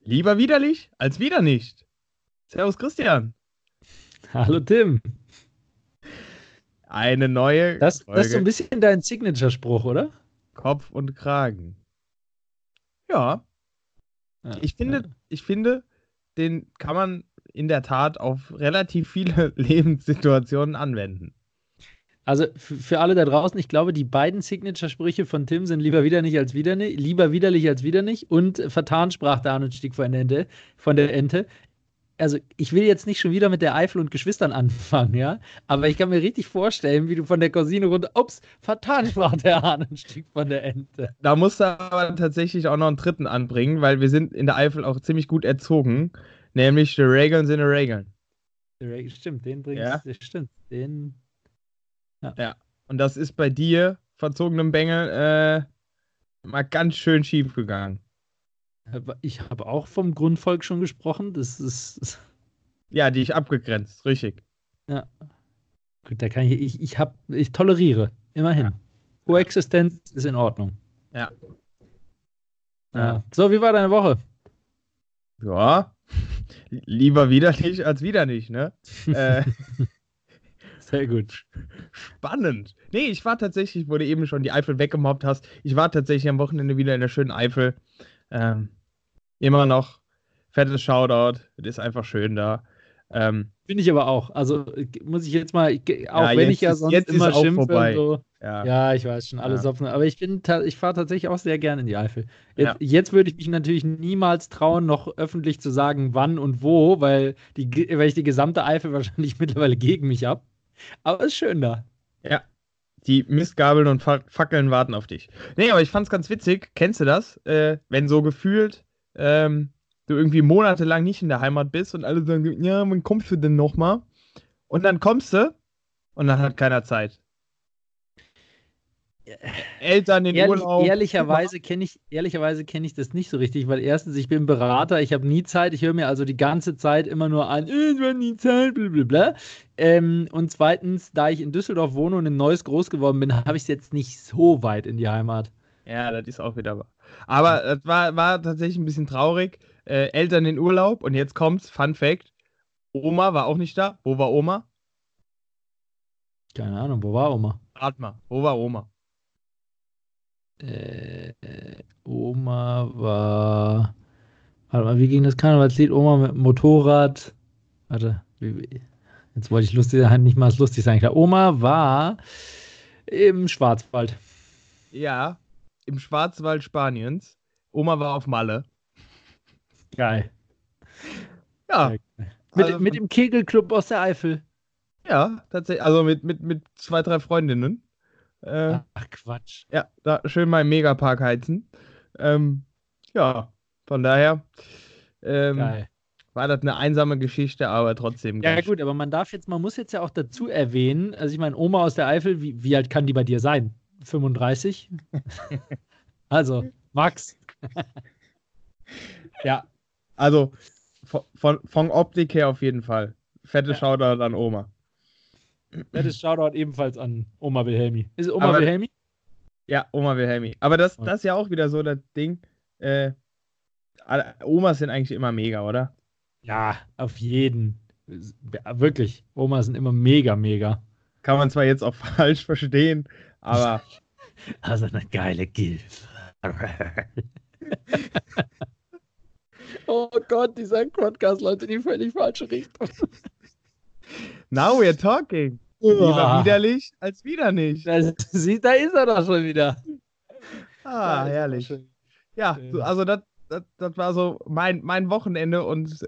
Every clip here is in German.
Lieber widerlich als wieder nicht. Servus Christian. Hallo Tim. Eine neue Das ist so ein Folge bisschen dein Signature-Spruch, oder? Kopf und Kragen. Ja, Ja, ich ja. finde, ich finde, den kann man in der Tat auf relativ viele Lebenssituationen anwenden. Also für alle da draußen, ich glaube, die beiden Signature-Sprüche von Tim sind lieber wieder nicht als wieder nicht, lieber widerlich als wieder nicht und vertan sprach der Arnold von der Ente. Also ich will jetzt nicht schon wieder mit der Eifel und Geschwistern anfangen, ja, aber ich kann mir richtig vorstellen, wie du von der Cousine runter, ups, vertan sprach der Hahnenstieg von der Ente. Da musst du aber tatsächlich auch noch einen dritten anbringen, weil wir sind in der Eifel auch ziemlich gut erzogen, nämlich die Regeln sind die Regeln. Stimmt, den Ja, bringst, stimmt, den, ja. ja. Und das ist bei dir, verzogenem Bengel, mal ganz schön schief gegangen. Ich habe auch vom Grundvolk schon gesprochen, das ist, Ja, die ich abgegrenzt, richtig. ja. Gut, da kann ich toleriere, Ja, immerhin. ja, Koexistenz ist in Ordnung. ja. Ja. Ja. So, wie war deine Woche? Ja, lieber widerlich als wieder nicht, ne? Äh, Sehr gut. spannend. Nee, ich war tatsächlich, wo du eben schon die Eifel weggemobbt hast, ich war tatsächlich am Wochenende wieder in der schönen Eifel. Ähm, immer noch fettes Shoutout. Es ist einfach schön da. Ähm, Finde ich aber auch. Also muss ich jetzt mal, ja, auch wenn ich ja sonst jetzt ist immer auch schimpfe und vorbei. so. Ja, Ja, ich weiß schon, alles ja, offen. Aber ich fahre tatsächlich auch sehr gerne in die Eifel. ja. Jetzt würde ich mich natürlich niemals trauen, noch öffentlich zu sagen, wann und wo, weil ich die gesamte Eifel wahrscheinlich mittlerweile gegen mich habe. Aber ist schön da. Ja. Die Mistgabeln und Fackeln warten auf dich. Nee, aber ich fand's ganz witzig. Kennst du das? Wenn so gefühlt du irgendwie monatelang nicht in der Heimat bist und alle sagen, ja, wann kommst du denn nochmal? Und dann kommst du und dann hat keiner Zeit. Eltern in Urlaub. Ehrlicherweise kenne ich das nicht so richtig, weil erstens, ich bin Berater, ich habe nie Zeit, ich höre mir also die ganze Zeit immer nur an, wir haben nie Zeit, blablabla. Und zweitens, da ich in Düsseldorf wohne und in Neuss groß geworden bin, habe ich es jetzt nicht so weit in die Heimat. Ja, das ist auch wieder wahr. Aber es war tatsächlich ein bisschen traurig. Eltern in Urlaub und jetzt kommt's, Fun Fact. Oma war auch nicht da. Wo war Oma? Keine Ahnung, wo war Oma? Rat mal, wo war Oma? Oma war. Warte mal, wie ging das Karnevalslied? Oma mit dem Motorrad. Warte, jetzt wollte ich nicht mal lustig sein. Klar, Oma war im Schwarzwald. Ja, im Schwarzwald Spaniens. Oma war auf Malle. Geil. Ja, Sehr geil. also Mit dem Kegelclub aus der Eifel. ja, tatsächlich, also mit zwei, drei Freundinnen. Äh, Ach, Quatsch. ja, da schön mal im Megapark heizen. Ähm, ja, von daher ähm, Geil. war das eine einsame Geschichte, aber trotzdem Ja, ganz schön. gut, aber man muss jetzt ja auch dazu erwähnen, also ich meine, Oma aus der Eifel, wie alt kann die bei dir sein? 35? Also, Max. Ja, also von Optik her auf jeden Fall. Fette Ja. Shoutout an Oma. Nettes Shoutout ebenfalls an Oma Wilhelmi. Ist es Oma Aber Wilhelmi? ja, Oma Wilhelmi. Aber das ist ja auch wieder so das Ding. Äh, Omas sind eigentlich immer mega, oder? Ja, auf jeden. Wirklich. Omas sind immer mega, mega. Kann man zwar jetzt auch falsch verstehen, aber Also eine geile Gilf. Oh Gott, dieser Podcast läuft in die völlig falsche Richtung. now we're talking. Lieber Uah. widerlich als wieder nicht. Da ist er doch schon wieder. Da Ah, ist er doch herrlich. schon. Ja, so, also das war so mein Wochenende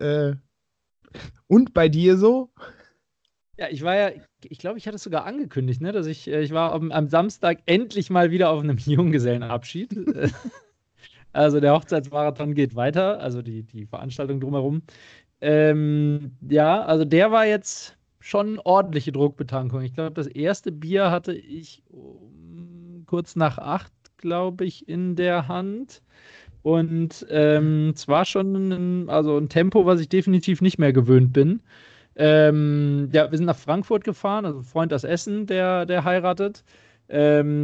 und bei dir so? Ja, ich glaube, ich hatte es sogar angekündigt, ne, dass ich war am Samstag endlich mal wieder auf einem Junggesellenabschied. Also der Hochzeitsmarathon geht weiter, also die Veranstaltung drumherum. Ja, also der war jetzt schon ordentliche Druckbetankung. Ich glaube, das erste Bier hatte ich kurz nach 8, glaube ich, in der Hand. Und es war schon ein Tempo, was ich definitiv nicht mehr gewöhnt bin. Ja, wir sind nach Frankfurt gefahren, also ein Freund aus Essen, der heiratet.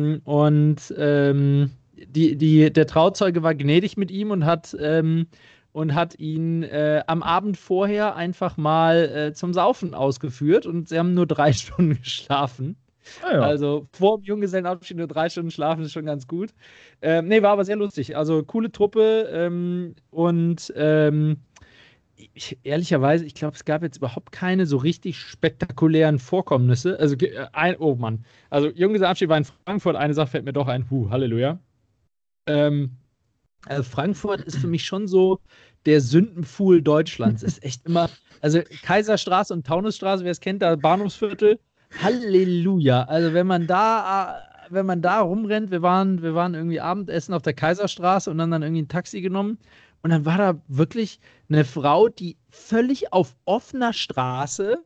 Und der Trauzeuge war gnädig mit ihm und hat und hat ihn am Abend vorher einfach mal zum Saufen ausgeführt und sie haben nur 3 Stunden geschlafen. Ah, ja. Also vor dem Junggesellenabschied nur 3 Stunden schlafen ist schon ganz gut. Nee, war aber sehr lustig. Also coole Truppe ehrlicherweise, ich glaube, es gab jetzt überhaupt keine so richtig spektakulären Vorkommnisse. Also, oh Mann. Also, Junggesellenabschied war in Frankfurt. Eine Sache fällt mir doch ein. Halleluja. Also, Frankfurt ist für mich schon so der Sündenpfuhl Deutschlands. Ist echt immer, also Kaiserstraße und Taunusstraße, wer es kennt, da Bahnhofsviertel. Halleluja. Also, wenn man da rumrennt, wir waren irgendwie Abendessen auf der Kaiserstraße und dann irgendwie ein Taxi genommen. Und dann war da wirklich eine Frau, die völlig auf offener Straße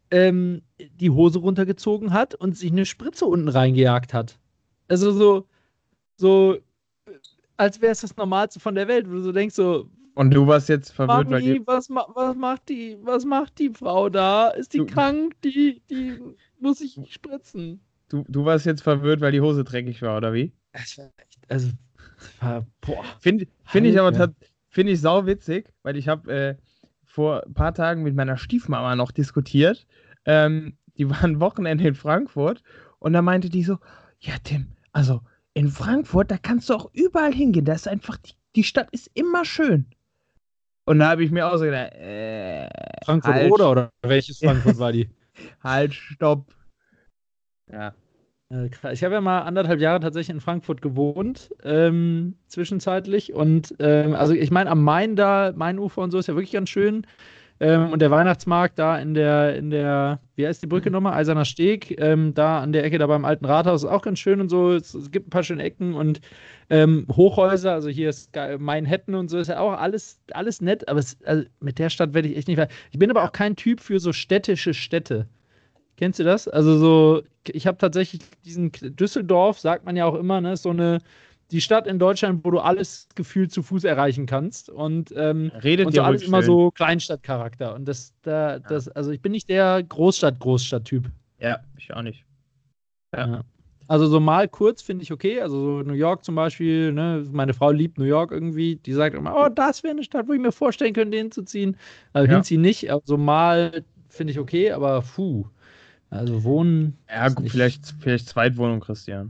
die Hose runtergezogen hat und sich eine Spritze unten reingejagt hat. Also so als wäre es das Normalste von der Welt, wo du so denkst, so, Und du warst jetzt verwirrt, weil Mami, was macht die Frau da? Ist die krank? Die muss ich spritzen. du warst jetzt verwirrt, weil die Hose dreckig war, oder wie? Das war echt, also, boah. Finde ich sau witzig, weil ich habe vor ein paar Tagen mit meiner Stiefmama noch diskutiert. Die waren Wochenende in Frankfurt und da meinte die so, ja Tim, also in Frankfurt, da kannst du auch überall hingehen. Da ist einfach, die Stadt ist immer schön. Und da habe ich mir auch so gedacht, Frankfurt halt, oder welches Frankfurt war die? Halt, stopp. Ja. Ich habe ja mal 1,5 Jahre tatsächlich in Frankfurt gewohnt, zwischenzeitlich. Und also ich meine, am Main da, Mainufer und so ist ja wirklich ganz schön. Und der Weihnachtsmarkt da in der, wie heißt die Brücke nochmal? Eiserner Steg, da an der Ecke da beim alten Rathaus ist auch ganz schön und so. Es gibt ein paar schöne Ecken und Hochhäuser, also hier ist Manhattan und so, ist ja auch alles nett, aber also mit der Stadt werde ich echt nicht weiter. Ich bin aber auch kein Typ für so städtische Städte. Kennst du das? Also so, ich habe tatsächlich Düsseldorf, sagt man ja auch immer, ne, ist so die Stadt in Deutschland, wo du alles gefühlt zu Fuß erreichen kannst und Redet so ja alles ruhig immer schön. so Kleinstadtcharakter und also ich bin nicht der Großstadt-Typ. Ja, ich auch nicht. Ja. Also so mal kurz finde ich okay, also so New York zum Beispiel, ne, meine Frau liebt New York irgendwie, die sagt immer, oh, das wäre eine Stadt, wo ich mir vorstellen könnte, hinzuziehen. Also hinziehen nicht, aber so mal finde ich okay, aber also wohnen. Ja, gut, vielleicht Zweitwohnung, Christian.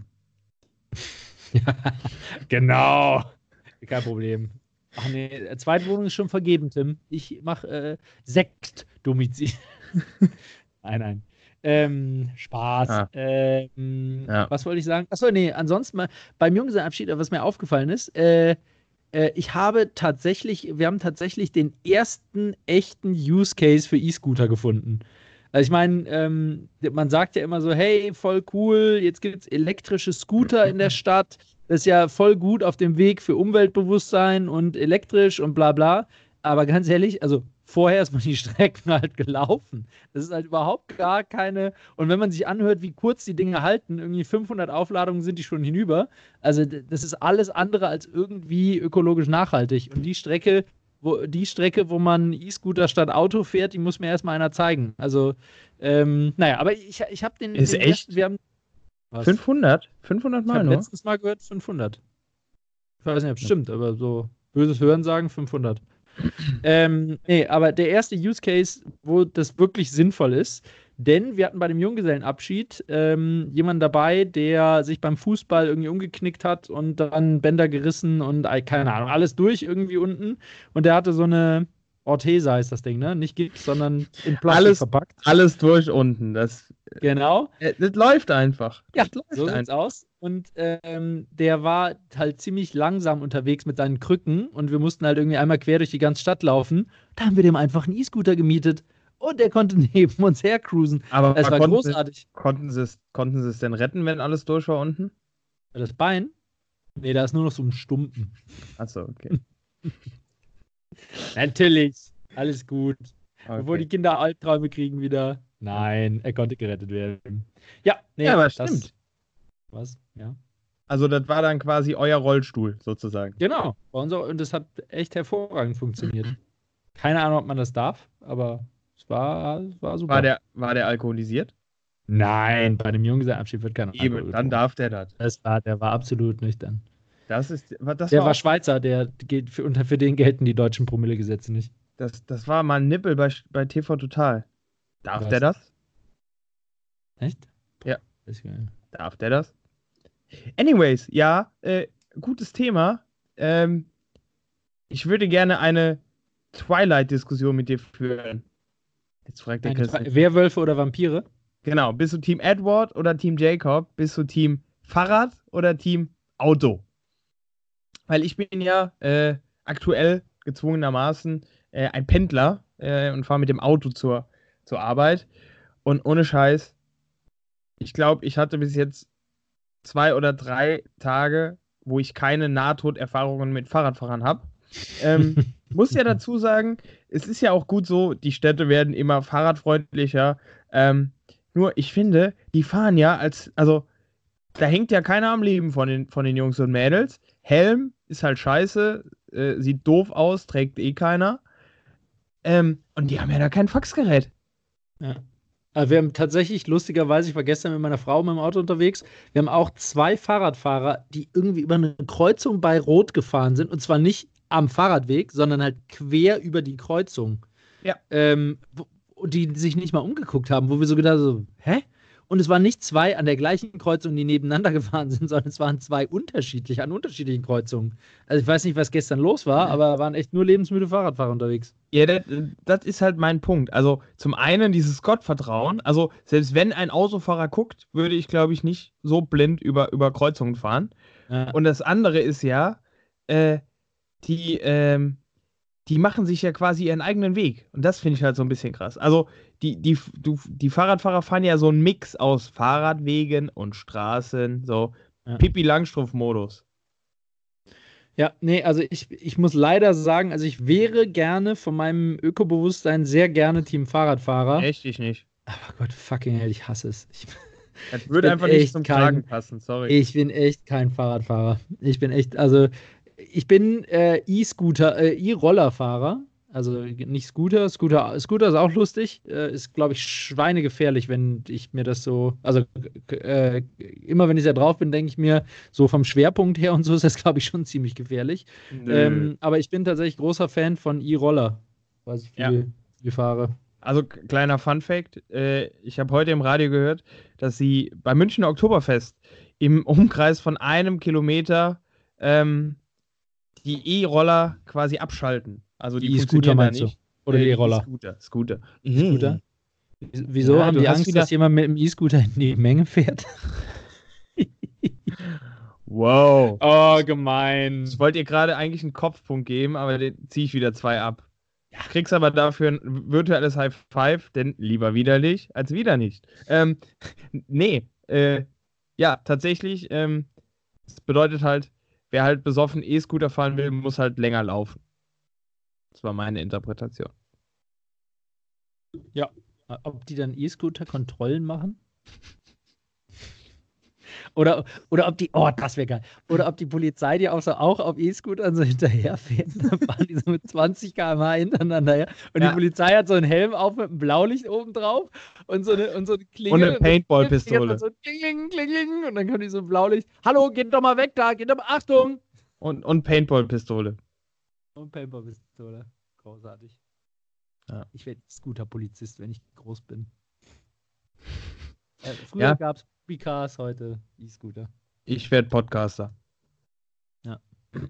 Ja, genau. Kein Problem. Ach nee, Zweitwohnung ist schon vergeben, Tim. Ich mache Sektdomizil. Nein. Spaß. Was wollte ich sagen? Achso, nee, ansonsten mal beim Junggesellenabschied, was mir aufgefallen ist, wir haben tatsächlich den ersten echten Use Case für E-Scooter gefunden. Also ich meine, man sagt ja immer so, hey, voll cool, jetzt gibt es elektrische Scooter in der Stadt. Das ist ja voll gut auf dem Weg für Umweltbewusstsein und elektrisch und bla bla. Aber ganz ehrlich, also vorher ist man die Strecken halt gelaufen. Das ist halt überhaupt gar keine. Und wenn man sich anhört, wie kurz die Dinge halten, irgendwie 500 Aufladungen sind die schon hinüber. Also das ist alles andere als irgendwie ökologisch nachhaltig. Und die Strecke, wo man E-Scooter statt Auto fährt, die muss mir erstmal einer zeigen. Also, naja, aber ich habe den. Ist echt? Wir haben. Was? 500? 500 Mal Ich habe nur? letztens mal gehört 500. Ich weiß nicht, ob es stimmt, aber so böses Hören sagen 500. Nee, aber der erste Use Case, wo das wirklich sinnvoll ist, denn wir hatten bei dem Junggesellenabschied jemanden dabei, der sich beim Fußball irgendwie umgeknickt hat und dann Bänder gerissen und keine Ahnung, alles durch irgendwie unten. Und der hatte so eine Orthese, heißt das Ding, ne? Nicht Gips, sondern in Plastik verpackt. Alles durch unten. Genau. Das läuft einfach. Ja, so sieht's aus. Und der war halt ziemlich langsam unterwegs mit seinen Krücken und wir mussten halt irgendwie einmal quer durch die ganze Stadt laufen. Da haben wir dem einfach einen E-Scooter gemietet und der konnte neben uns hercruisen. Aber es war großartig. Konnten sie es denn retten, wenn alles durch war unten? Das Bein? Nee, da ist nur noch so ein Stumpen. Achso, okay. Natürlich. Alles gut. Okay. Bevor die Kinder Albträume kriegen wieder. Nein, er konnte gerettet werden. Ja, nee, ja, aber stimmt. Was? Ja. Also das war dann quasi euer Rollstuhl, sozusagen. Genau. Und das hat echt hervorragend funktioniert. Keine Ahnung, ob man das darf, aber es war super. War der alkoholisiert? Nein, bei dem Junggesellenabschied wird kein Alkohol Eben, dann darf der das. Der war absolut nüchtern. Das Der war Schweizer, für den gelten die deutschen Promillegesetze nicht. Das war mal ein Nippel bei TV Total. Darf der das? Echt? Ja. Ist geil. Darf der das? Anyways, ja, gutes Thema. Ich würde gerne eine Twilight-Diskussion mit dir führen. Jetzt fragt der Christian. Werwölfe oder Vampire? Genau. Bist du Team Edward oder Team Jacob? Bist du Team Fahrrad oder Team Auto? Weil ich bin ja aktuell gezwungenermaßen ein Pendler und fahre mit dem Auto zur Arbeit. Und ohne Scheiß, ich glaube, ich hatte bis jetzt 2 oder 3 Tage, wo ich keine Nahtoderfahrungen mit Fahrradfahrern habe. Muss ja dazu sagen, es ist ja auch gut so, die Städte werden immer fahrradfreundlicher. Nur ich finde, die fahren ja also da hängt ja keiner am Leben von den Jungs und Mädels. Helm ist halt scheiße, sieht doof aus, trägt eh keiner. Und die haben ja da kein Faxgerät. Ja. Also wir haben tatsächlich, lustigerweise, ich war gestern mit meiner Frau mit dem Auto unterwegs, wir haben auch 2 Fahrradfahrer, die irgendwie über eine Kreuzung bei Rot gefahren sind, und zwar nicht am Fahrradweg, sondern halt quer über die Kreuzung. Ja. Die sich nicht mal umgeguckt haben, wo wir so gedacht haben, hä? Und es waren nicht 2 an der gleichen Kreuzung, die nebeneinander gefahren sind, sondern es waren 2 an unterschiedlichen Kreuzungen. Also ich weiß nicht, was gestern los war, aber waren echt nur lebensmüde Fahrradfahrer unterwegs. Ja, das ist halt mein Punkt. Also zum einen dieses Gottvertrauen. Also selbst wenn ein Autofahrer guckt, würde ich, glaube ich, nicht so blind über Kreuzungen fahren. Ja. Und das andere ist ja, die machen sich ja quasi ihren eigenen Weg. Und das finde ich halt so ein bisschen krass. Also die Fahrradfahrer fahren ja so einen Mix aus Fahrradwegen und Straßen, so Pippi-Langstrumpf-Modus. Ja, nee, also ich muss leider sagen, also ich wäre gerne von meinem Ökobewusstsein sehr gerne Team Fahrradfahrer. Echt, ich nicht. Aber Gott, fucking hell, ich hasse es. Das würde einfach nicht zum Tragen passen, sorry. Ich bin echt kein Fahrradfahrer. Ich bin E-Rollerfahrer. Also nicht Scooter. Scooter ist auch lustig. Ist, glaube ich, schweinegefährlich, wenn ich mir das so. Also immer wenn ich da drauf bin, denke ich mir, so vom Schwerpunkt her und so ist das, glaube ich, schon ziemlich gefährlich. Aber ich bin tatsächlich großer Fan von E-Roller, weil ich viel fahre. Also kleiner Funfact, ich habe heute im Radio gehört, dass sie beim Münchner Oktoberfest im Umkreis von 1 Kilometer die E-Roller quasi abschalten. Also die E-Scooter meinst du? Oder die E-Roller? Scooter. E-Scooter? Wieso haben die Angst, dass jemand mit dem E-Scooter in die Menge fährt? Wow. Oh, gemein. Ich wollte ihr gerade eigentlich einen Kopfpunkt geben, aber den ziehe ich wieder 2 ab. Ja. Kriegst aber dafür ein virtuelles High Five, denn lieber widerlich als wieder nicht. Ja, tatsächlich, das bedeutet halt, wer halt besoffen E-Scooter fahren will, muss halt länger laufen. Das war meine Interpretation. Ja. Ob die dann E-Scooter-Kontrollen machen? Oder ob die, das wäre geil. Oder ob die Polizei die auch auf E-Scootern so hinterherfährt. Dann fahren die so mit 20 km/h hintereinander her. Und die Polizei hat so einen Helm auf mit einem Blaulicht oben drauf und so eine Klingel. Und eine Paintball-Pistole. So kling, kling, und dann kommt die so ein Blaulicht. Hallo, geht doch mal weg da, geht doch mal, Achtung! Und Paintball-Pistole. Und Paintball-Pistole. Großartig. Ja. Ich werde Scooter-Polizist, wenn ich groß bin. Früher gab es Cars, heute E-Scooter. Ich werde Podcaster. Ja.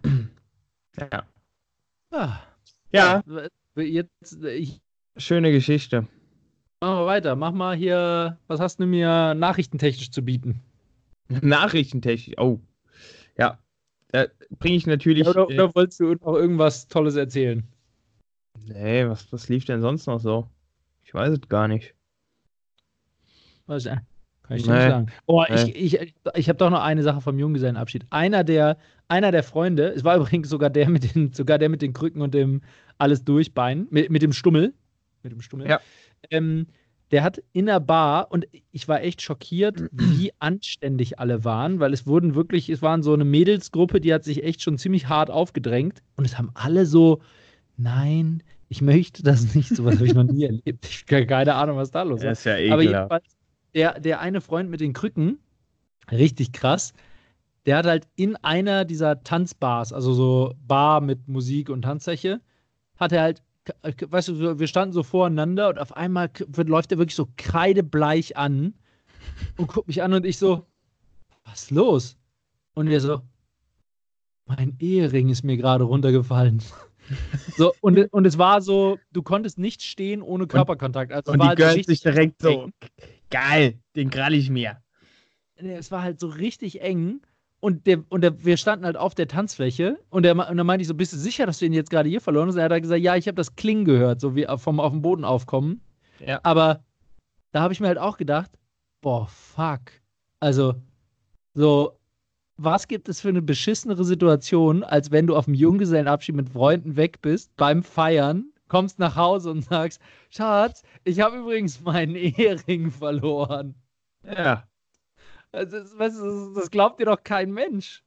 Ja. Jetzt, schöne Geschichte. Machen wir weiter. Mach mal hier, was hast du mir nachrichtentechnisch zu bieten? Nachrichtentechnisch, oh. Ja. Da bringe ich natürlich. Oder wolltest du noch irgendwas Tolles erzählen? Nee, was lief denn sonst noch so? Ich weiß es gar nicht. Was, kann ich dir nicht sagen. Ich habe doch noch eine Sache vom Junggesellenabschied. Einer der Freunde, es war übrigens sogar der mit den Krücken und dem alles durchbein, mit dem Stummel. Ja. Der hat in der Bar, und ich war echt schockiert, wie anständig alle waren, weil es waren so eine Mädelsgruppe, die hat sich echt schon ziemlich hart aufgedrängt, und es haben alle so, nein, ich möchte das nicht, sowas habe ich noch nie erlebt. Ich habe keine Ahnung, was da los ist. Das ist ja ekelhaft. Aber jedenfalls, der eine Freund mit den Krücken, richtig krass, der hat halt in einer dieser Tanzbars, also so Bar mit Musik und Tanzfläche, hat er halt, weißt du, wir standen so voreinander und auf einmal läuft er wirklich so kreidebleich an und guckt mich an und ich so, was ist los? Und er so, mein Ehering ist mir gerade runtergefallen. So, und es war so, du konntest nicht stehen ohne Körperkontakt. Also Und es war die halt so gehört sich richtig direkt so. eng. Geil, den krall ich mir. Es war halt so richtig eng. Wir standen halt auf der Tanzfläche und dann meinte ich so, bist du sicher, dass du ihn jetzt gerade hier verloren hast? Und er hat halt gesagt, ja, ich habe das Klingen gehört, so wie vom auf dem Boden aufkommen. Ja. Aber da habe ich mir halt auch gedacht, boah, fuck. Also, so, was gibt es für eine beschissenere Situation, als wenn du auf dem Junggesellenabschied mit Freunden weg bist, beim Feiern, kommst nach Hause und sagst, Schatz, ich habe übrigens meinen Ehering verloren. Ja. Also, weißt du, das glaubt dir doch kein Mensch.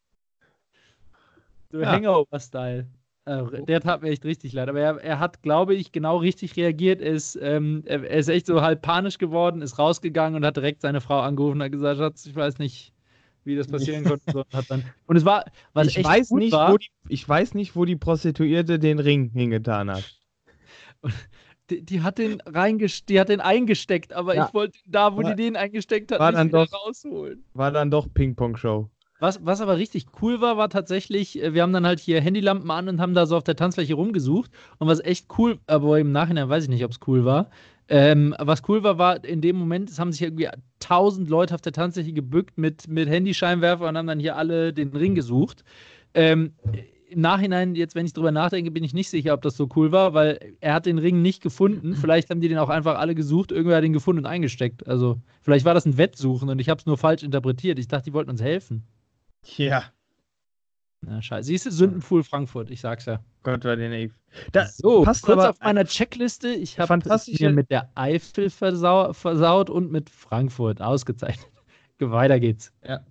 So Ja. Hangover-Style. Der tat mir echt richtig leid. Aber er hat, glaube ich, genau richtig reagiert. Er ist echt so halb panisch geworden, ist rausgegangen und hat direkt seine Frau angerufen und hat gesagt, Schatz, ich weiß nicht, wie das passieren konnte. So, und hat dann, und es war, was Ich echt weiß gut nicht, war, ich weiß nicht, wo die Prostituierte den Ring hingetan hat. die hat den eingesteckt, aber Ja. ich wollte da, wo War- die den eingesteckt hat, war nicht dann wieder doch- rausholen. War dann doch Ping-Pong-Show. Was aber richtig cool war tatsächlich, wir haben dann halt hier Handylampen an und haben da so auf der Tanzfläche rumgesucht. Und was echt cool, aber im Nachhinein weiß ich nicht, ob es cool war. Was cool war in dem Moment, es haben sich irgendwie 1000 Leute auf der Tanzfläche gebückt mit Handyscheinwerfer und haben dann hier alle den Ring gesucht. Im Nachhinein, jetzt wenn ich drüber nachdenke, bin ich nicht sicher, ob das so cool war, weil er hat den Ring nicht gefunden. Vielleicht haben die den auch einfach alle gesucht, irgendwer hat den gefunden und eingesteckt. Also vielleicht war das ein Wettsuchen und ich habe es nur falsch interpretiert. Ich dachte, die wollten uns helfen. Ja. Na, scheiße. Siehst du, Sündenpfuhl Frankfurt, ich sag's ja. Gott war den Eve. Da So, passt kurz aber auf meiner Checkliste. Ich habe es fantastische- mir mit der Eifel versaut und mit Frankfurt ausgezeichnet. Weiter geht's. Ja.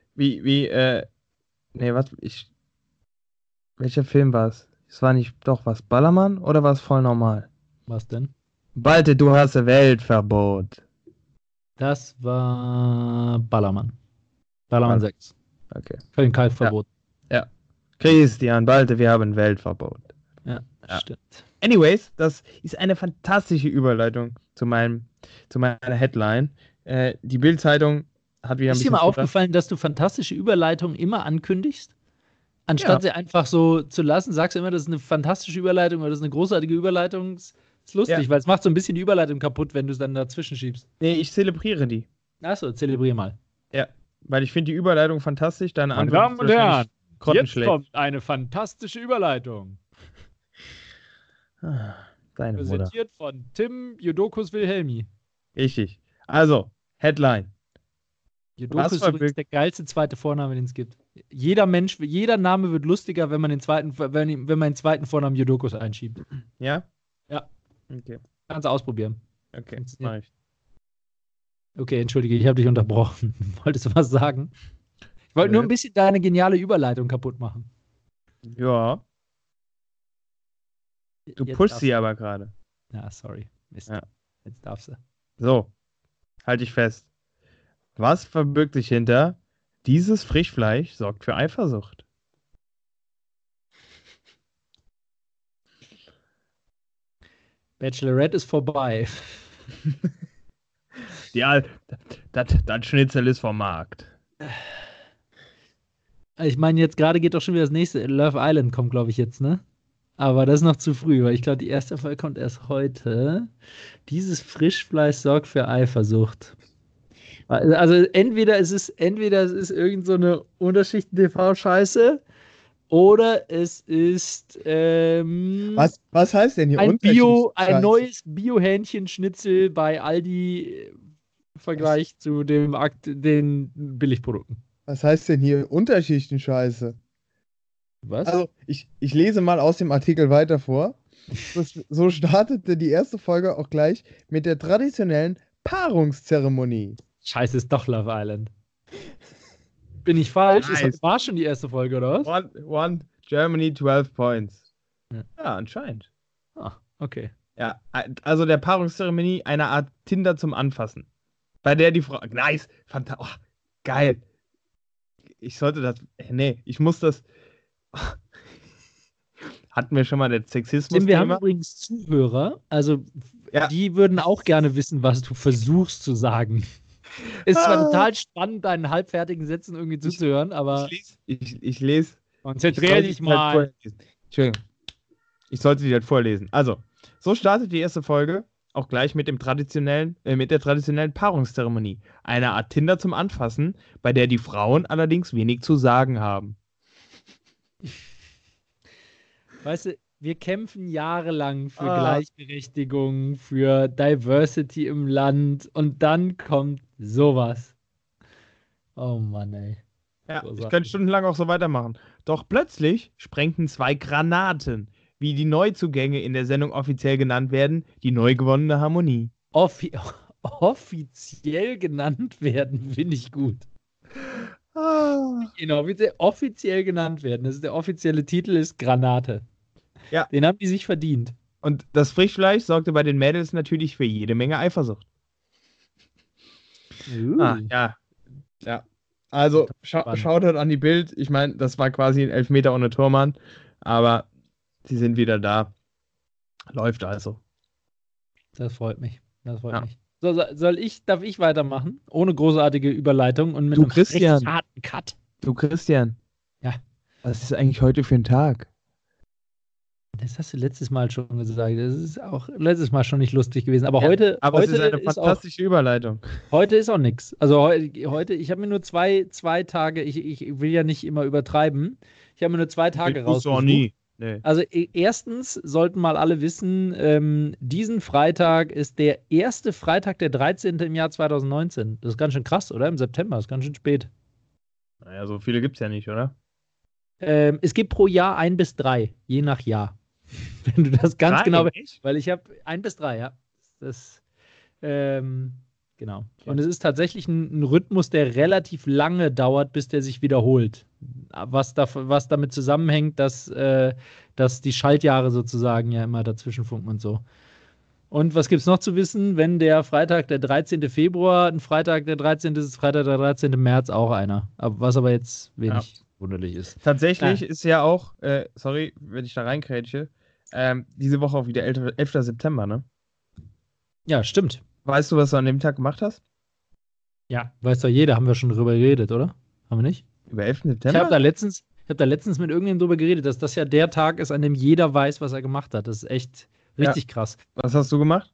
Welcher Film war es? Es war nicht doch was Ballermann oder war es voll normal? Was denn? Balte, du hast Weltverbot. Das war Ballermann. Ballermann 6. Okay. Köln-Kalk-Verbot. Christian, Balte, wir haben Weltverbot. Ja, Ja. stimmt. Anyways, das ist eine fantastische Überleitung zu meiner Headline. Die Bild-Zeitung hat wieder ein Ist dir bisschen mal Futter. aufgefallen, dass du fantastische Überleitungen immer ankündigst? Anstatt sie einfach so zu lassen, sagst du immer, das ist eine fantastische Überleitung oder das ist eine großartige Überleitung. Ist lustig, Ja. weil es macht so ein bisschen die Überleitung kaputt, wenn du es dann dazwischen schiebst. Nee, ich zelebriere die. Achso, zelebrier mal. Ja, weil ich finde die Überleitung fantastisch. Deine Meine Antwort Damen ist und wahrscheinlich Herren, jetzt grottenschlecht. kommt eine fantastische Überleitung. Deine Mutter. Präsentiert von Tim Jodokus Wilhelmi. Richtig. Also, Headline. Jodokus ist war übrigens der geilste zweite Vorname, den es gibt. Jeder Name wird lustiger, wenn man wenn man den zweiten Vornamen Jodokus einschiebt. Ja? Ja. Okay. Kannst du ausprobieren. Okay, Ja. mach ich. Okay, entschuldige, ich habe dich unterbrochen. Wolltest du was sagen? Ich wollte nur ein bisschen deine geniale Überleitung kaputt machen. Ja. Du Jetzt pushst darfst sie aber gerade. Ja, sorry. Mist. Ja. Jetzt darfst du. So. Halt dich fest. Was verbirgt sich hinter dieses Frischfleisch sorgt für Eifersucht? Bachelorette ist vorbei. Ja, das Schnitzel ist vom Markt. Ich meine, jetzt gerade geht doch schon wieder das nächste. Love Island kommt, glaube ich, jetzt, ne? Aber das ist noch zu früh, weil ich glaube, die erste Folge kommt erst heute. Dieses Frischfleisch sorgt für Eifersucht. Also entweder es ist irgend so eine Unterschichten-TV-Scheiße oder es ist Was heißt denn hier ein neues Bio-Hähnchenschnitzel bei Aldi im Vergleich zu den Billigprodukten. Was heißt denn hier Unterschichtenscheiße? Was? Also, ich lese mal aus dem Artikel weiter vor. So startete die erste Folge auch gleich mit der traditionellen Paarungszeremonie. Scheiße, ist doch Love Island. Bin ich falsch? Nice. Es war schon die erste Folge, oder was? One Germany 12 points. Ja. Ja, anscheinend. Ah, okay. Ja, also der Paarungszeremonie, eine Art Tinder zum Anfassen. Bei der die Frau. Nice! Oh, geil! ich sollte das. Nee, ich muss das. Hatten wir schon mal das Sexismus-Thema? Wir haben übrigens Zuhörer, also Ja. die würden auch gerne wissen, was du versuchst zu sagen. Ist zwar total spannend, deinen halbfertigen Sätzen irgendwie zuzuhören, aber. Ich lese. Konzentrier dich mal. Entschuldigung. Ich sollte die halt vorlesen. Also, so startet die erste Folge auch gleich mit der traditionellen Paarungszeremonie. Eine Art Tinder zum Anfassen, bei der die Frauen allerdings wenig zu sagen haben. Weißt du, wir kämpfen jahrelang für Gleichberechtigung, für Diversity im Land und dann kommt sowas. Oh Mann, ey. Ja, ich könnte stundenlang auch so weitermachen. Doch plötzlich sprengten 2 Granaten, wie die Neuzugänge in der Sendung offiziell genannt werden, die neu gewonnene Harmonie. Offiziell genannt werden, finde ich gut. Offiziell genannt werden. Der offizielle Titel ist Granate. Ja. Den haben die sich verdient. Und das Frischfleisch sorgte bei den Mädels natürlich für jede Menge Eifersucht. Ja. Also, Shoutout an die Bild. Ich meine, das war quasi ein Elfmeter ohne Tormann. Aber sie sind wieder da. Läuft also. Das freut mich. So, darf ich weitermachen? Ohne großartige Überleitung und mit einem richtig harten Cut. Du, Christian. Ja. Was ist eigentlich heute für ein Tag? Das hast du letztes Mal schon gesagt. Das ist auch letztes Mal schon nicht lustig gewesen. Aber heute. Aber es ist eine fantastische Überleitung. Heute ist auch nichts. Also heute, ich habe mir nur zwei Tage, ich will ja nicht immer übertreiben. Ich habe mir nur 2 Tage rausgesucht. Nie. Nee. Also erstens sollten mal alle wissen, diesen Freitag ist der erste Freitag, der 13. im Jahr 2019. Das ist ganz schön krass, oder? Im September, das ist ganz schön spät. Naja, so viele gibt es ja nicht, oder? Es gibt pro Jahr 1 bis 3, je nach Jahr. Wenn du das ganz genau... Weil ich habe 1 bis 3, ja. Das, genau. Okay. Und es ist tatsächlich ein Rhythmus, der relativ lange dauert, bis der sich wiederholt. Was damit zusammenhängt, dass die Schaltjahre sozusagen ja immer dazwischen funken und so. Und was gibt es noch zu wissen? Wenn der Freitag, der 13. Februar, ein Freitag, der 13. ist, Freitag, der 13. März auch einer. Was aber jetzt wenig wunderlich ist. Tatsächlich ist ja auch, sorry, wenn ich da reinkrätsche, diese Woche auch wieder 11. September, ne? Ja, stimmt. Weißt du, was du an dem Tag gemacht hast? Ja, weiß doch jeder, haben wir schon drüber geredet, oder? Haben wir nicht? Über 11. September? Ich habe da letztens mit irgendjemandem drüber geredet, dass das ja der Tag ist, an dem jeder weiß, was er gemacht hat. Das ist echt richtig krass. Was hast du gemacht?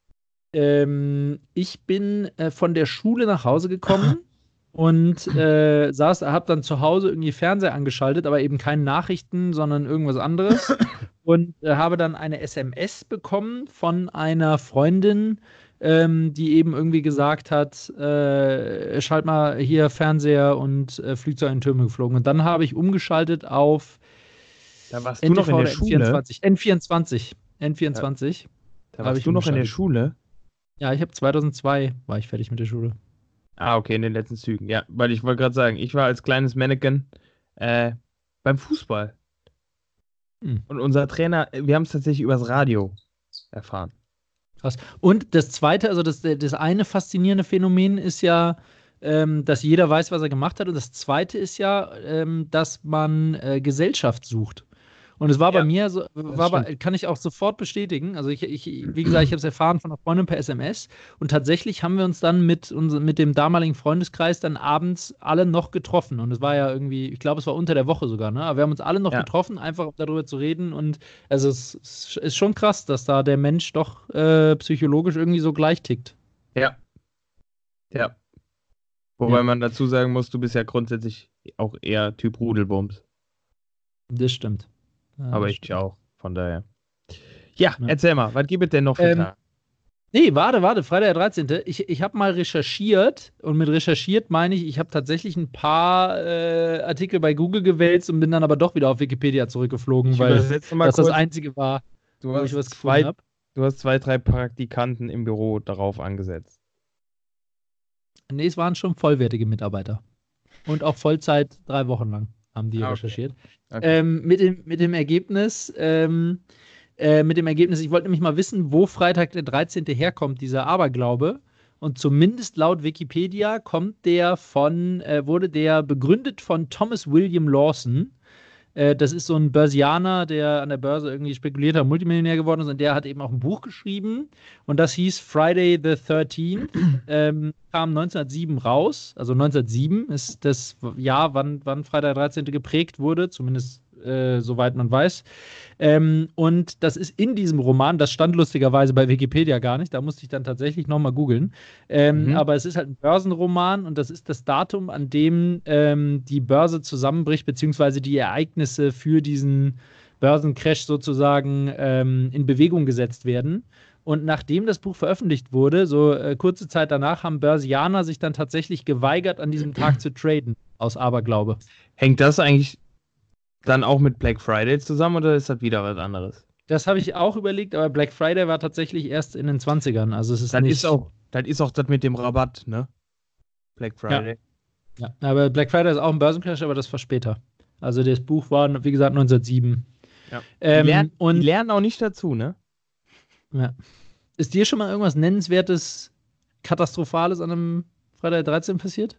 Ich bin von der Schule nach Hause gekommen und habe dann zu Hause irgendwie Fernseher angeschaltet, aber eben keine Nachrichten, sondern irgendwas anderes. Und habe dann eine SMS bekommen von einer Freundin, die eben irgendwie gesagt hat, schalt mal hier Fernseher und Flugzeug in Türme geflogen. Und dann habe ich umgeschaltet auf da warst du noch in der Schule? N24. Da warst du noch in der Schule? Ja, ich habe 2002 war ich fertig mit der Schule. Ah, okay, in den letzten Zügen. Ja, weil ich wollte gerade sagen, ich war als kleines Mannequin beim Fußball. Und unser Trainer, wir haben es tatsächlich übers Radio erfahren. Krass. Und das Zweite, also das eine faszinierende Phänomen ist ja, dass jeder weiß, was er gemacht hat. Und das Zweite ist ja, dass man Gesellschaft sucht. Und es war bei mir so, kann ich auch sofort bestätigen. Also wie gesagt, ich habe es erfahren von einer Freundin per SMS. Und tatsächlich haben wir uns dann mit dem damaligen Freundeskreis dann abends alle noch getroffen. Und es war ja irgendwie, ich glaube, es war unter der Woche sogar, ne? Aber wir haben uns alle noch getroffen, einfach um darüber zu reden. Und also es ist schon krass, dass da der Mensch doch psychologisch irgendwie so gleich tickt. Ja. Wobei man dazu sagen muss, du bist ja grundsätzlich auch eher Typ Rudelbums. Das stimmt. Aber ich auch, von daher. Ja, erzähl mal, was gibt es denn noch für Tag? Nee, warte, Freitag der 13. Ich habe mal recherchiert und mit recherchiert meine ich habe tatsächlich ein paar Artikel bei Google gewälzt und bin dann aber doch wieder auf Wikipedia zurückgeflogen, weil das das Einzige war, wo ich was gefunden habe. Du hast 2, 3 Praktikanten im Büro darauf angesetzt. Nee, es waren schon vollwertige Mitarbeiter. Und auch Vollzeit 3 Wochen lang haben die recherchiert. Okay. Mit dem Ergebnis, ich wollte nämlich mal wissen, wo Freitag der 13. herkommt, dieser Aberglaube. und zumindest laut Wikipedia wurde der begründet von Thomas William Lawson. Das ist so ein Börsianer, der an der Börse irgendwie spekuliert hat, Multimillionär geworden ist, und der hat eben auch ein Buch geschrieben und das hieß Friday the 13th, kam 1907 raus, also 1907 ist das Jahr, wann Freitag der 13. geprägt wurde, zumindest soweit man weiß. Und das ist in diesem Roman, das stand lustigerweise bei Wikipedia gar nicht, da musste ich dann tatsächlich nochmal googeln, aber es ist halt ein Börsenroman und das ist das Datum, an dem die Börse zusammenbricht, beziehungsweise die Ereignisse für diesen Börsencrash sozusagen in Bewegung gesetzt werden. Und nachdem das Buch veröffentlicht wurde, so kurze Zeit danach, haben Börsianer sich dann tatsächlich geweigert, an diesem Tag zu traden, aus Aberglaube. Hängt das eigentlich dann auch mit Black Friday zusammen oder ist das wieder was anderes? Das habe ich auch überlegt, aber Black Friday war tatsächlich erst in den 20ern. Also es ist Das nicht... ist auch das mit dem Rabatt, ne? Black Friday. Ja, aber Black Friday ist auch ein Börsencrash, aber das war später. Also das Buch war, wie gesagt, 1907. Ja. Die lernen auch nicht dazu, ne? Ja. Ist dir schon mal irgendwas Nennenswertes, Katastrophales an einem Freitag 13 passiert?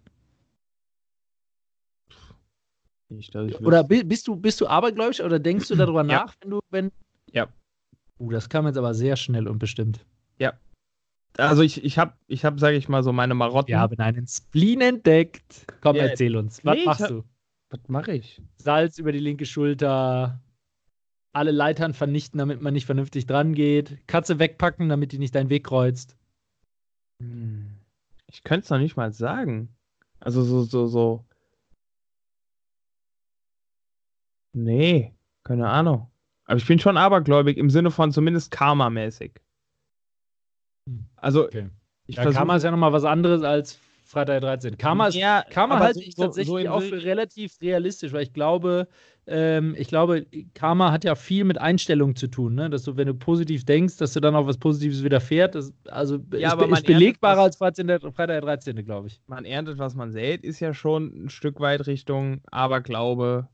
Nicht, dass ich oder bist du abergläubisch oder denkst du darüber nach, wenn. Ja. Das kam jetzt aber sehr schnell und bestimmt. Ja. Also ich hab, sage ich mal, so meine Marotten. Wir haben einen Spleen entdeckt. Komm, erzähl uns. Was machst du? Was mache ich? Salz über die linke Schulter, alle Leitern vernichten, damit man nicht vernünftig dran geht, Katze wegpacken, damit die nicht deinen Weg kreuzt. Ich könnte es noch nicht mal sagen. Also so. Nee, keine Ahnung. Aber ich bin schon abergläubig im Sinne von zumindest Karma-mäßig. Also, okay. Karma ist ja nochmal was anderes als Freitag der 13. Karma halte ich tatsächlich auch für relativ realistisch, weil ich glaube, Karma hat ja viel mit Einstellung zu tun, ne? Dass du, wenn du positiv denkst, dass du dann auch was Positives widerfährt. Ist belegbarer als Freitag der 13., glaube ich. Man erntet, was man sät, ist ja schon ein Stück weit Richtung Aberglaube.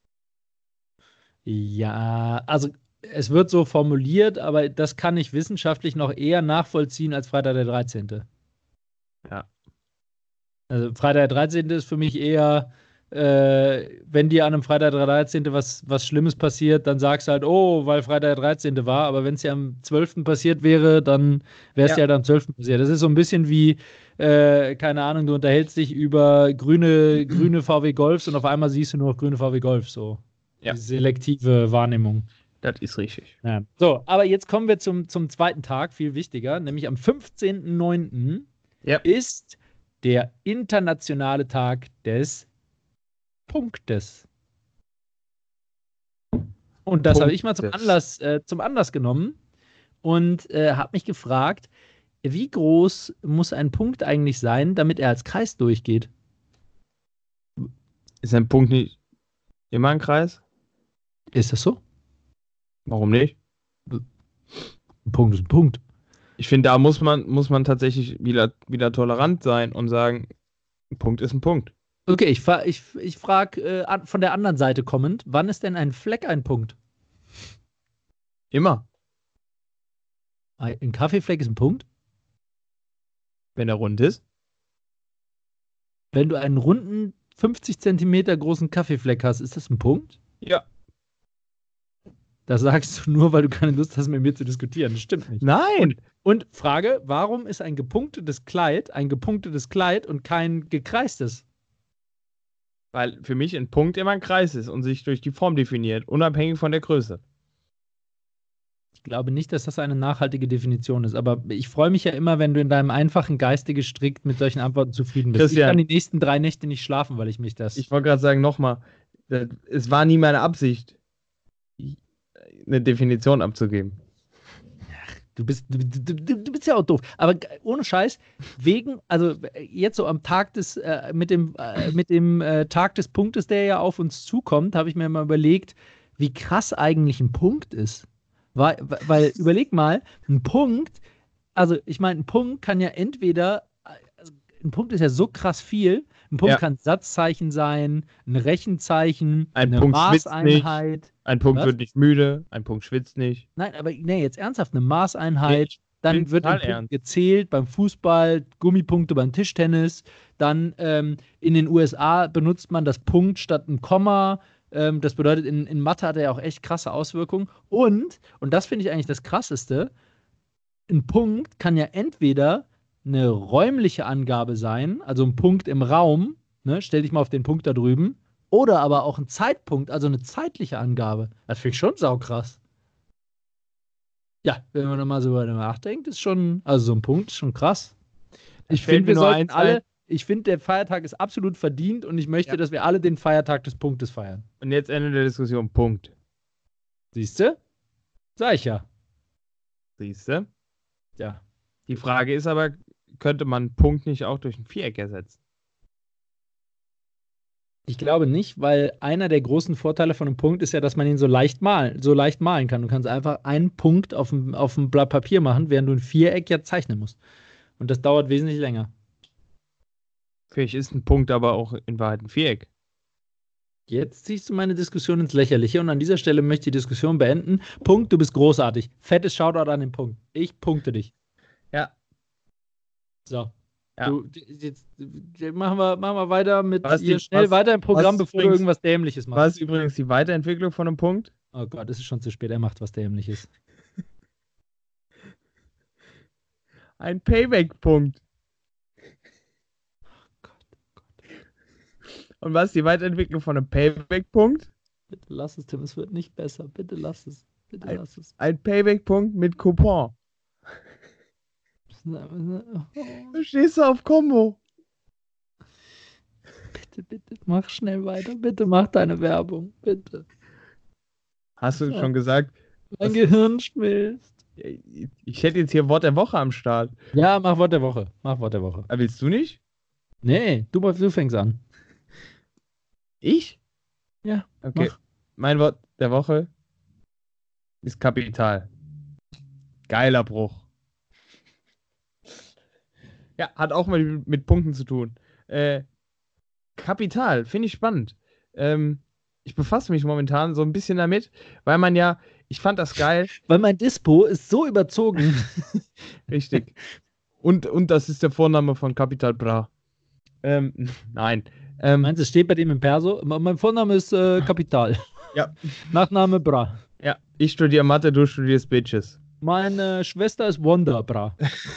Ja, also es wird so formuliert, aber das kann ich wissenschaftlich noch eher nachvollziehen als Freitag der 13. Ja. Also Freitag der 13. ist für mich eher, wenn dir an einem Freitag der 13. was Schlimmes passiert, dann sagst du halt, oh, weil Freitag der 13. war, aber wenn es ja am 12. passiert wäre, dann wäre es ja halt am 12. passiert. Das ist so ein bisschen wie, keine Ahnung, du unterhältst dich über grüne VW Golfs und auf einmal siehst du nur noch grüne VW Golfs, so. Ja. Die selektive Wahrnehmung. Das ist richtig. Ja. So, aber jetzt kommen wir zum zweiten Tag, viel wichtiger, nämlich am 15.09. ist der internationale Tag des Punktes. Und das habe ich mal zum Anlass genommen und habe mich gefragt, wie groß muss ein Punkt eigentlich sein, damit er als Kreis durchgeht? Ist ein Punkt nicht immer ein Kreis? Ist das so? Warum nicht? Ein Punkt ist ein Punkt. Ich finde, da muss man tatsächlich wieder tolerant sein und sagen, ein Punkt ist ein Punkt. Okay, ich frage von der anderen Seite kommend, wann ist denn ein Fleck ein Punkt? Immer. Ein Kaffeefleck ist ein Punkt? Wenn er rund ist? Wenn du einen runden, 50 Zentimeter großen Kaffeefleck hast, ist das ein Punkt? Ja. Das sagst du nur, weil du keine Lust hast, mit mir zu diskutieren. Das stimmt nicht. Nein! Und Frage, warum ist ein gepunktetes Kleid und kein gekreistes? Weil für mich ein Punkt immer ein Kreis ist und sich durch die Form definiert, unabhängig von der Größe. Ich glaube nicht, dass das eine nachhaltige Definition ist, aber ich freue mich ja immer, wenn du in deinem einfachen Geiste gestrickt mit solchen Antworten zufrieden bist. Christian, ich kann die nächsten 3 Nächte nicht schlafen, weil ich mich das... Ich wollte gerade sagen, nochmal, es war nie meine Absicht, eine Definition abzugeben. Du bist ja auch doof. Aber ohne Scheiß, also jetzt so am Tag mit dem Tag des Punktes, der ja auf uns zukommt, habe ich mir mal überlegt, wie krass eigentlich ein Punkt ist. Weil überleg mal, ein Punkt, also ich meine, ein Punkt kann ja entweder, also ein Punkt ist ja so krass viel, ein Punkt kann ein Satzzeichen sein, ein Rechenzeichen, eine Punkt Maßeinheit. Ein Punkt wird nicht müde, ein Punkt schwitzt nicht. Nein, aber jetzt ernsthaft, eine Maßeinheit, dann wird ein Punkt gezählt beim Fußball, Gummipunkte beim Tischtennis. Dann in den USA benutzt man das Punkt statt ein Komma. Das bedeutet, in Mathe hat er ja auch echt krasse Auswirkungen. Und das finde ich eigentlich das Krasseste, ein Punkt kann ja entweder eine räumliche Angabe sein, also ein Punkt im Raum, ne, stell dich mal auf den Punkt da drüben, oder aber auch ein Zeitpunkt, also eine zeitliche Angabe. Das finde ich schon saukrass. Ja, wenn man da mal so darüber nachdenkt, ist schon, also so ein Punkt ist schon krass. Ich finde, wir sollten alle, ich finde, der Feiertag ist absolut verdient und ich möchte, dass wir alle den Feiertag des Punktes feiern. Und jetzt Ende der Diskussion, Punkt. Siehst du? Sag ich ja. Siehst du? Ja. Die Frage ist aber, könnte man Punkt nicht auch durch ein Viereck ersetzen? Ich glaube nicht, weil einer der großen Vorteile von einem Punkt ist ja, dass man ihn so leicht malen kann. Du kannst einfach einen Punkt auf dem Blatt Papier machen, während du ein Viereck ja zeichnen musst. Und das dauert wesentlich länger. Vielleicht ist ein Punkt aber auch in Wahrheit ein Viereck. Jetzt ziehst du meine Diskussion ins Lächerliche und an dieser Stelle möchte ich die Diskussion beenden. Punkt, du bist großartig. Fettes Shoutout an den Punkt. Ich punkte dich. Ja. So. Ja. Jetzt machen wir weiter mit weiter im Programm, bevor du irgendwas Dämliches machst. Was ist übrigens die Weiterentwicklung von einem Punkt? Oh Gott, es ist schon zu spät. Er macht was Dämliches. Ein Payback-Punkt. Und was ist die Weiterentwicklung von einem Payback-Punkt? Bitte lass es, Tim, es wird nicht besser. Bitte lass es. Bitte lass es. Ein Payback-Punkt mit Coupon. Du stehst auf Combo. Bitte, mach schnell weiter. Bitte mach deine Werbung. Bitte. Hast du schon gesagt? Mein Gehirn schmilzt. Ich hätte jetzt hier Wort der Woche am Start. Ja, mach Wort der Woche. Aber willst du nicht? Nee, du fängst an. Ich? Ja. Okay. Mach. Mein Wort der Woche ist Kapital. Geiler Bruch. Ja, hat auch mal mit Punkten zu tun. Kapital, finde ich spannend. Ich befasse mich momentan so ein bisschen damit, weil man ja, ich fand das geil. Weil mein Dispo ist so überzogen. Richtig. Und das ist der Vorname von Capital Bra. Nein. Meinst du, es steht bei dem im Perso? Mein Vorname ist Kapital. Ja. Nachname Bra. Ja, ich studiere Mathe, du studierst Bitches. Meine Schwester ist Wonder Bra.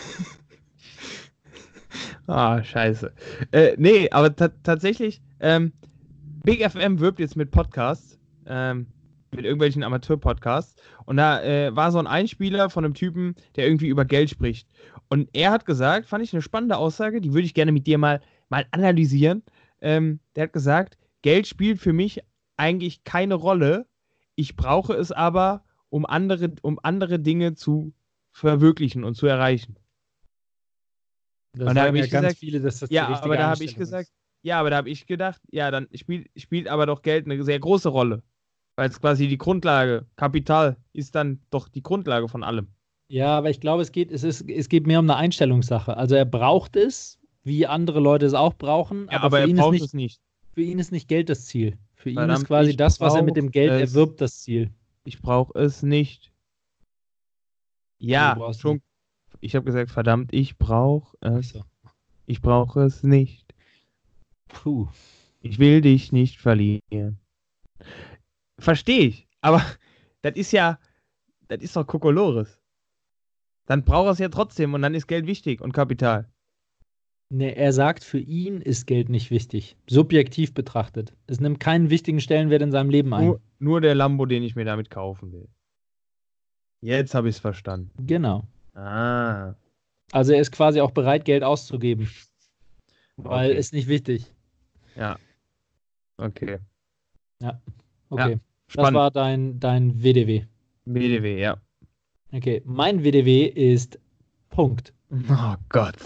Scheiße. Nee, aber tatsächlich, Big FM wirbt jetzt mit Podcasts, mit irgendwelchen Amateur-Podcasts. Und da war so ein Einspieler von einem Typen, der irgendwie über Geld spricht. Und er hat gesagt, fand ich eine spannende Aussage, die würde ich gerne mit dir mal analysieren. Der hat gesagt, Geld spielt für mich eigentlich keine Rolle. Ich brauche es aber, um andere Dinge zu verwirklichen und zu erreichen. Das und da habe ich ganz gesagt, viele, dass das ja, aber da habe ich gesagt, ja, aber da habe ich gedacht, ja, dann spielt aber doch Geld eine sehr große Rolle. Weil es quasi die Grundlage, Kapital ist dann doch die Grundlage von allem. Ja, aber ich glaube, es geht mehr um eine Einstellungssache. Also er braucht es, wie andere Leute es auch brauchen, ja, aber für ihn er braucht es nicht. Für ihn ist nicht Geld das Ziel. Für ihn ist quasi das, was er mit dem Geld erwirbt, das Ziel. Ich brauche es nicht. Ja, schon. Ich habe gesagt, verdammt, ich brauche es. So. Ich brauche es nicht. Puh. Ich will dich nicht verlieren. Verstehe ich, aber das ist doch Kokolores. Dann braucht er es ja trotzdem und dann ist Geld wichtig und Kapital. Ne, er sagt, für ihn ist Geld nicht wichtig. Subjektiv betrachtet. Es nimmt keinen wichtigen Stellenwert in seinem Leben ein. Nur der Lambo, den ich mir damit kaufen will. Jetzt habe ich es verstanden. Genau. Also er ist quasi auch bereit, Geld auszugeben. Weil es nicht wichtig. Ja. Okay. Ja. Okay. Ja, das war dein WDW. WDW, ja. Okay. Mein WDW ist Punkt. Oh Gott.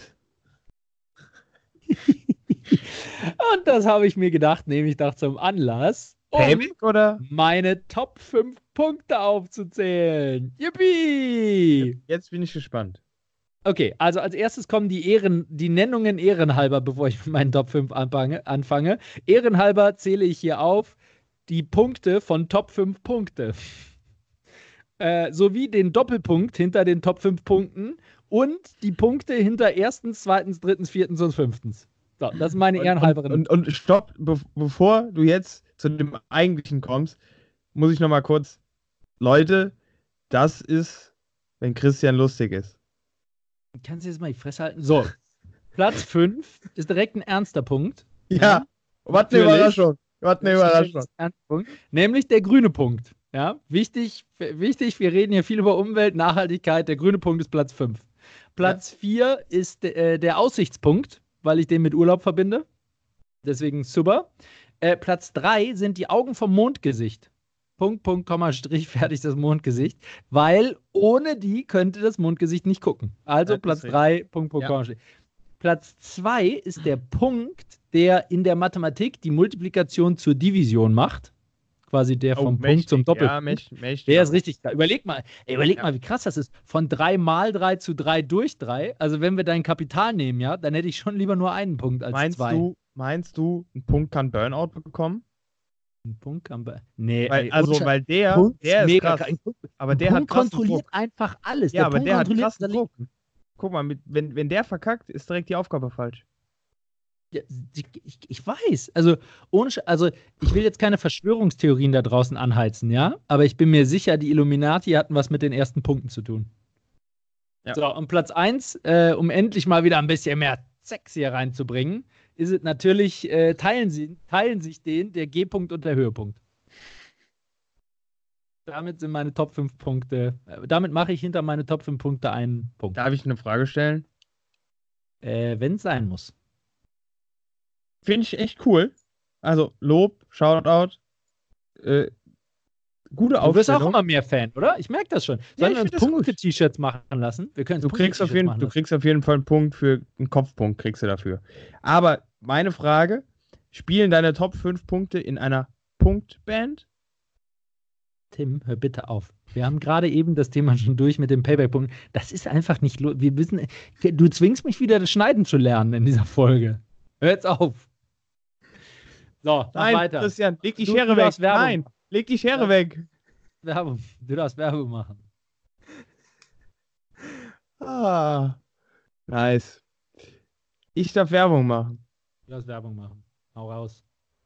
Und das habe ich mir gedacht, nehme ich doch zum Anlass, oder? Meine Top 5 Punkte aufzuzählen. Yippie! Jetzt bin ich gespannt. Okay, also als erstes kommen die Nennungen ehrenhalber, bevor ich mit meinen Top 5 anfange. Ehrenhalber zähle ich hier auf die Punkte von Top 5 Punkte. Sowie den Doppelpunkt hinter den Top 5 Punkten und die Punkte hinter erstens, zweitens, drittens, viertens und fünftens. So, das ist meine ehrenhalberen. Und stopp, bevor du jetzt zu dem eigentlichen kommst, muss ich nochmal kurz, Leute, das ist, wenn Christian lustig ist. Kannst du jetzt mal die Fresse halten? So, Platz 5 ist direkt ein ernster Punkt. Ja, was eine Überraschung. Was eine Überraschung. Nämlich der grüne Punkt. Ja, wichtig, wir reden hier viel über Umwelt, Nachhaltigkeit. Der grüne Punkt ist Platz 5. Platz 4 ist der Aussichtspunkt, weil ich den mit Urlaub verbinde. Deswegen super. Platz 3 sind die Augen vom Mondgesicht. Punkt, Punkt, Komma, Strich, fertig das Mondgesicht. Weil ohne die könnte das Mondgesicht nicht gucken. Also Platz 3, Punkt, Punkt, Komma, Strich. Platz 2 ist der Punkt, der in der Mathematik die Multiplikation zur Division macht. Quasi der vom Punkt zum Doppelpunkt. Ja, der ist richtig klar. Überleg mal, wie krass das ist. Von 3 mal 3 zu 3 durch 3. Also wenn wir dein Kapital nehmen, ja, dann hätte ich schon lieber nur einen Punkt als 2. Meinst du, ein Punkt kann Burnout bekommen? Ein Punkt kann Burnout? Nee. Weil der ist mega krass. Aber der hat kontrolliert Druck. Einfach alles. Ja, aber der hat krassen Druck. Guck mal, wenn der verkackt, ist direkt die Aufgabe falsch. Ja, ich weiß. Also ich will jetzt keine Verschwörungstheorien da draußen anheizen, ja? Aber ich bin mir sicher, die Illuminati hatten was mit den ersten Punkten zu tun. Ja. So, und Platz 1, um endlich mal wieder ein bisschen mehr Sex hier reinzubringen, ist es natürlich, teilen sich der G-Punkt und der Höhepunkt. Damit sind meine Top 5 Punkte. Damit mache ich hinter meine Top 5 Punkte einen Punkt. Darf ich eine Frage stellen? Wenn es sein muss. Finde ich echt cool. Also Lob, Shoutout. Gute Aufstellung. Du wirst auch immer mehr Fan, oder? Ich merke das schon. Sollen wir uns Punkte-T-Shirts machen lassen? Wir können du kriegst auf jeden Fall einen Punkt für einen Kopfpunkt, kriegst du dafür. Aber meine Frage, spielen deine Top 5 Punkte in einer Punktband? Tim, hör bitte auf. Wir haben gerade eben das Thema schon durch mit dem Payback-Punkt. Das ist einfach nicht... du zwingst mich wieder, das Schneiden zu lernen in dieser Folge. Hör jetzt auf. So, mach weiter. Christian, leg die Schere weg. Nein, leg die Schere weg. Werbung. Du darfst Werbung machen. Ah, nice. Ich darf Werbung machen. Du darfst Werbung machen. Hau raus.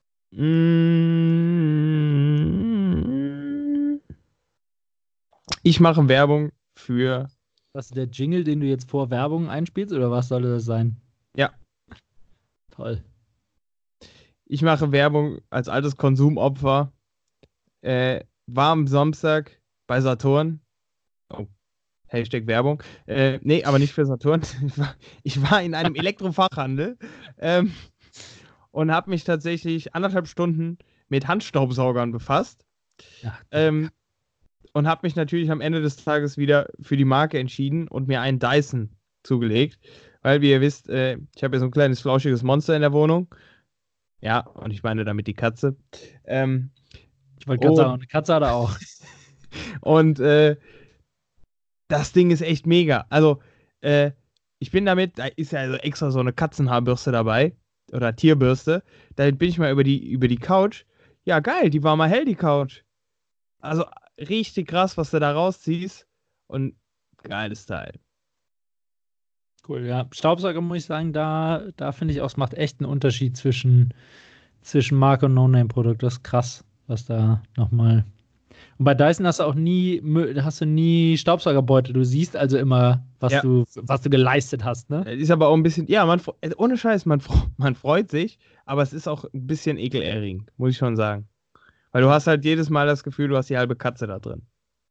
Ich mache Werbung für... Was ist der Jingle, den du jetzt vor Werbung einspielst, oder was soll das sein? Ja. Toll. Ich mache Werbung als altes Konsumopfer. War am Samstag bei Saturn. Oh, Hashtag Werbung. Nee, aber nicht für Saturn. Ich war in einem Elektrofachhandel und habe mich tatsächlich 1,5 Stunden mit Handstaubsaugern befasst. Ja. Und habe mich natürlich am Ende des Tages wieder für die Marke entschieden und mir einen Dyson zugelegt. Weil, wie ihr wisst, ich habe ja so ein kleines flauschiges Monster in der Wohnung. Ja, und ich meine damit die Katze. Ich wollte gerade sagen, eine Katze hat er auch. Und das Ding ist echt mega. Also, ich bin damit, da ist ja also extra so eine Katzenhaarbürste dabei. Oder Tierbürste. Da bin ich mal über die Couch. Ja, geil, die war mal hell, die Couch. Also, richtig krass, was du da rausziehst. Und geiles Teil. Cool, ja. Staubsauger muss ich sagen, da finde ich auch, es macht echt einen Unterschied zwischen Marke und No-Name-Produkt. Das ist krass, was da nochmal. Und bei Dyson hast du nie Staubsaugerbeutel. Du siehst also immer, was du geleistet hast, ne? Ist aber auch ein bisschen, ja, ohne Scheiß, man freut sich, aber es ist auch ein bisschen ekelerregend, muss ich schon sagen. Weil du hast halt jedes Mal das Gefühl, du hast die halbe Katze da drin.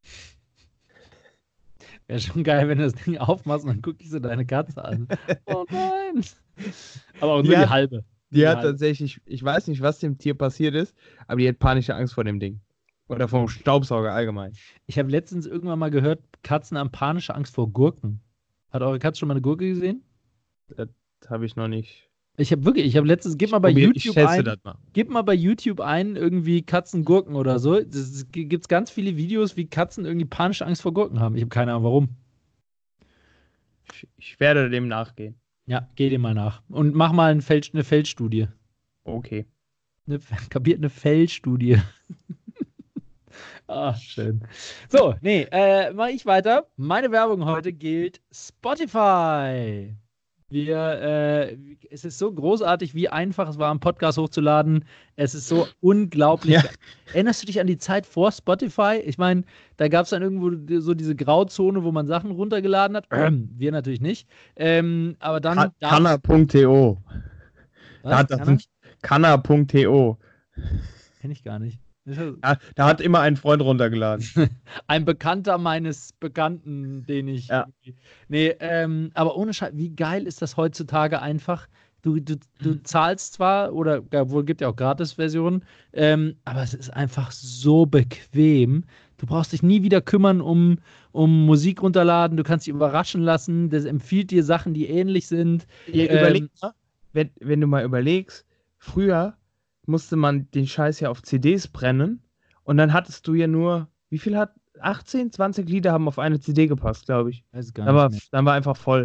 Wäre schon geil, wenn du das Ding aufmachst und dann guckst du deine Katze an. Oh nein! Aber auch nur die halbe. Die hat tatsächlich, ich weiß nicht, was dem Tier passiert ist, aber die hat panische Angst vor dem Ding. Oder vom Staubsauger allgemein. Ich habe letztens irgendwann mal gehört, Katzen haben panische Angst vor Gurken. Hat eure Katze schon mal eine Gurke gesehen? Das habe ich noch nicht. Ich habe letztens, gib mal bei YouTube ein, irgendwie Katzen-Gurken oder so. Es gibt ganz viele Videos, wie Katzen irgendwie panische Angst vor Gurken haben. Ich habe keine Ahnung, warum. Ich werde dem nachgehen. Ja, geh dem mal nach. Und mach mal eine Feldstudie. Okay. Kapiert eine Feldstudie. Ah, schön. So, nee, mache ich weiter. Meine Werbung heute gilt Spotify. Es ist so großartig, wie einfach es war, einen Podcast hochzuladen. Es ist so unglaublich. Ja. Erinnerst du dich an die Zeit vor Spotify? Ich meine, da gab es dann irgendwo so diese Grauzone, wo man Sachen runtergeladen hat. Wir natürlich nicht. Aber dann. Kanna.to. Da hat Kanna.to. Kenn ich gar nicht. Ja, da hat immer ein Freund runtergeladen. Ein Bekannter meines Bekannten, den ich. Ja. Nee, aber ohne Scheiß, wie geil ist das heutzutage einfach? Du zahlst zwar, oder wohl gibt ja auch Gratis-Versionen, aber es ist einfach so bequem. Du brauchst dich nie wieder kümmern um Musik runterladen, du kannst dich überraschen lassen, das empfiehlt dir Sachen, die ähnlich sind. Überleg mal, wenn du mal überlegst, früher musste man den Scheiß ja auf CDs brennen und dann hattest du ja nur, wie viel hat, 18, 20 Lieder haben auf eine CD gepasst, glaube ich. Weiß gar nicht mehr. Dann war einfach voll.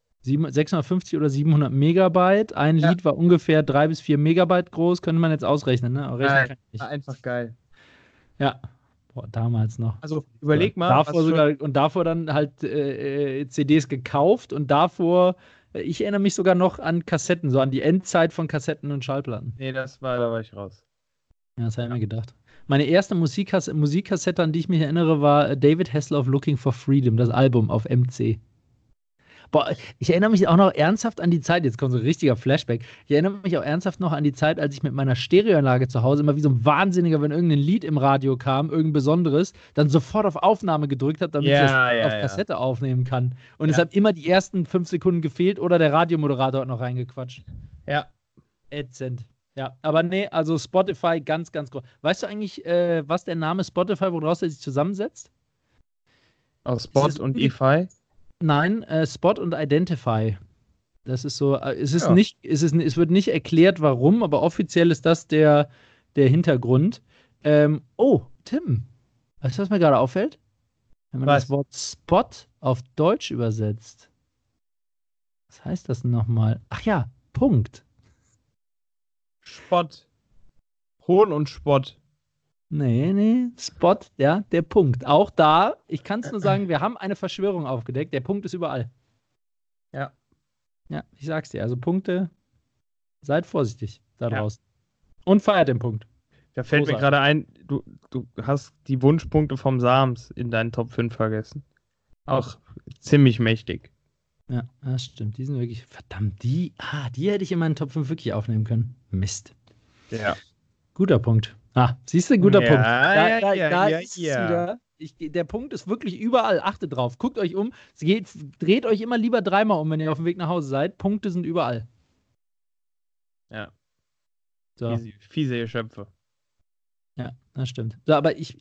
650 oder 700 Megabyte. Ein Lied war ungefähr 3 bis 4 Megabyte groß. Könnte man jetzt ausrechnen, ne? Aber rechnen kann ich nicht. War einfach geil. Ja. Boah, damals noch. Also überleg mal. Davor dann halt CDs gekauft und davor, ich erinnere mich sogar noch an Kassetten, so an die Endzeit von Kassetten und Schallplatten. Nee, da war ich raus. Ja, das habe ich mir gedacht. Meine erste Musikkassette, an die ich mich erinnere, war David Hasselhoff Looking for Freedom, das Album auf MC. Boah, ich erinnere mich auch noch ernsthaft an die Zeit, jetzt kommt so ein richtiger Flashback, ich erinnere mich auch ernsthaft noch an die Zeit, als ich mit meiner Stereoanlage zu Hause immer wie so ein Wahnsinniger, wenn irgendein Lied im Radio kam, irgendein besonderes, dann sofort auf Aufnahme gedrückt habe, damit ich das auf Kassette aufnehmen kann. Und es hat immer die ersten 5 Sekunden gefehlt oder der Radiomoderator hat noch reingequatscht. Ja. Ätzend. Ja, aber nee, also Spotify ganz, ganz groß. Weißt du eigentlich, was der Name Spotify, woraus er sich zusammensetzt? Aus Spot und EFI? Nein, Spot und Identify. Das ist so, es wird nicht erklärt, warum, aber offiziell ist das der Hintergrund. Tim, weißt du, was mir gerade auffällt? Wenn man das Wort Spot auf Deutsch übersetzt. Was heißt das denn nochmal? Ach ja, Punkt. Spott. Hohn und Spott. Nee, Spot, ja, der Punkt. Auch da, ich kann es nur sagen, wir haben eine Verschwörung aufgedeckt. Der Punkt ist überall. Ja. Ja, ich sag's dir. Also Punkte, seid vorsichtig da draußen. Und feiert den Punkt. Da fällt mir gerade ein, du hast die Wunschpunkte vom Sams in deinen Top 5 vergessen. Auch ziemlich mächtig. Ja, das stimmt. Die sind wirklich, verdammt, die hätte ich in meinen Top 5 wirklich aufnehmen können. Mist. Ja. Guter Punkt. Siehst du, guter Punkt. Da ist es wieder. Der Punkt ist wirklich überall. Achtet drauf. Guckt euch um. Dreht euch immer lieber 3-mal um, wenn ihr auf dem Weg nach Hause seid. Punkte sind überall. Ja. So. Fiese Geschöpfe. Ja, das stimmt. So, aber ich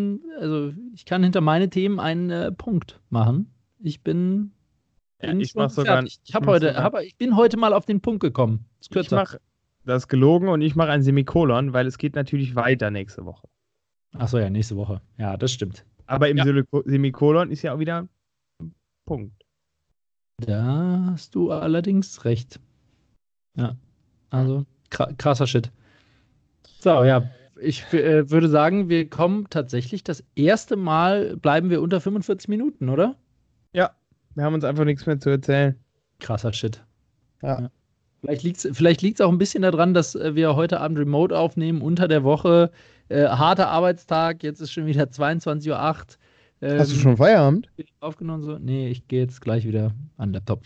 kann hinter meine Themen einen Punkt machen. Ich bin ich mach sogar. Ich bin heute mal auf den Punkt gekommen. Ist kürzer. Das ist gelogen und ich mache ein Semikolon, weil es geht natürlich weiter nächste Woche. Achso, ja, nächste Woche. Ja, das stimmt. Aber im Semikolon ist ja auch wieder ein Punkt. Da hast du allerdings recht. Ja, also krasser Shit. So, ja, ich würde sagen, wir kommen tatsächlich das erste Mal, bleiben wir unter 45 Minuten, oder? Ja, wir haben uns einfach nichts mehr zu erzählen. Krasser Shit. Ja. Vielleicht liegt's auch ein bisschen daran, dass wir heute Abend remote aufnehmen, unter der Woche. Harter Arbeitstag, jetzt ist schon wieder 22:08 Uhr. Hast du schon Feierabend? Aufgenommen so? Nee, ich gehe jetzt gleich wieder an den Laptop.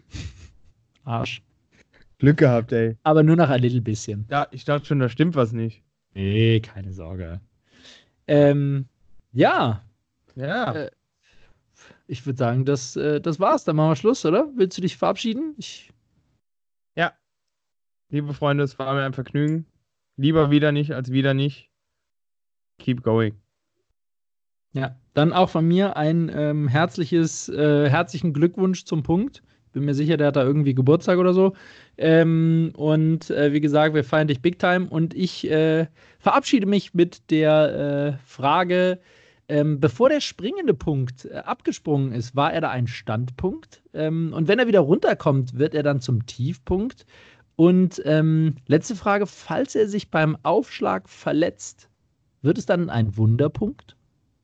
Arsch. Glück gehabt, ey. Aber nur noch ein little bisschen. Ja, ich dachte schon, da stimmt was nicht. Nee, keine Sorge. Ja. Ich würde sagen, das war's. Dann machen wir Schluss, oder? Willst du dich verabschieden? Ja. Liebe Freunde, es war mir ein Vergnügen. Lieber wieder nicht als wieder nicht. Keep going. Ja, dann auch von mir ein herzlichen Glückwunsch zum Punkt. Bin mir sicher, der hat da irgendwie Geburtstag oder so. Wie gesagt, wir feiern dich big time. Und ich verabschiede mich mit der Frage, bevor der springende Punkt abgesprungen ist, war er da ein Standpunkt? Und wenn er wieder runterkommt, wird er dann zum Tiefpunkt? Und letzte Frage, falls er sich beim Aufschlag verletzt, wird es dann ein Wunderpunkt?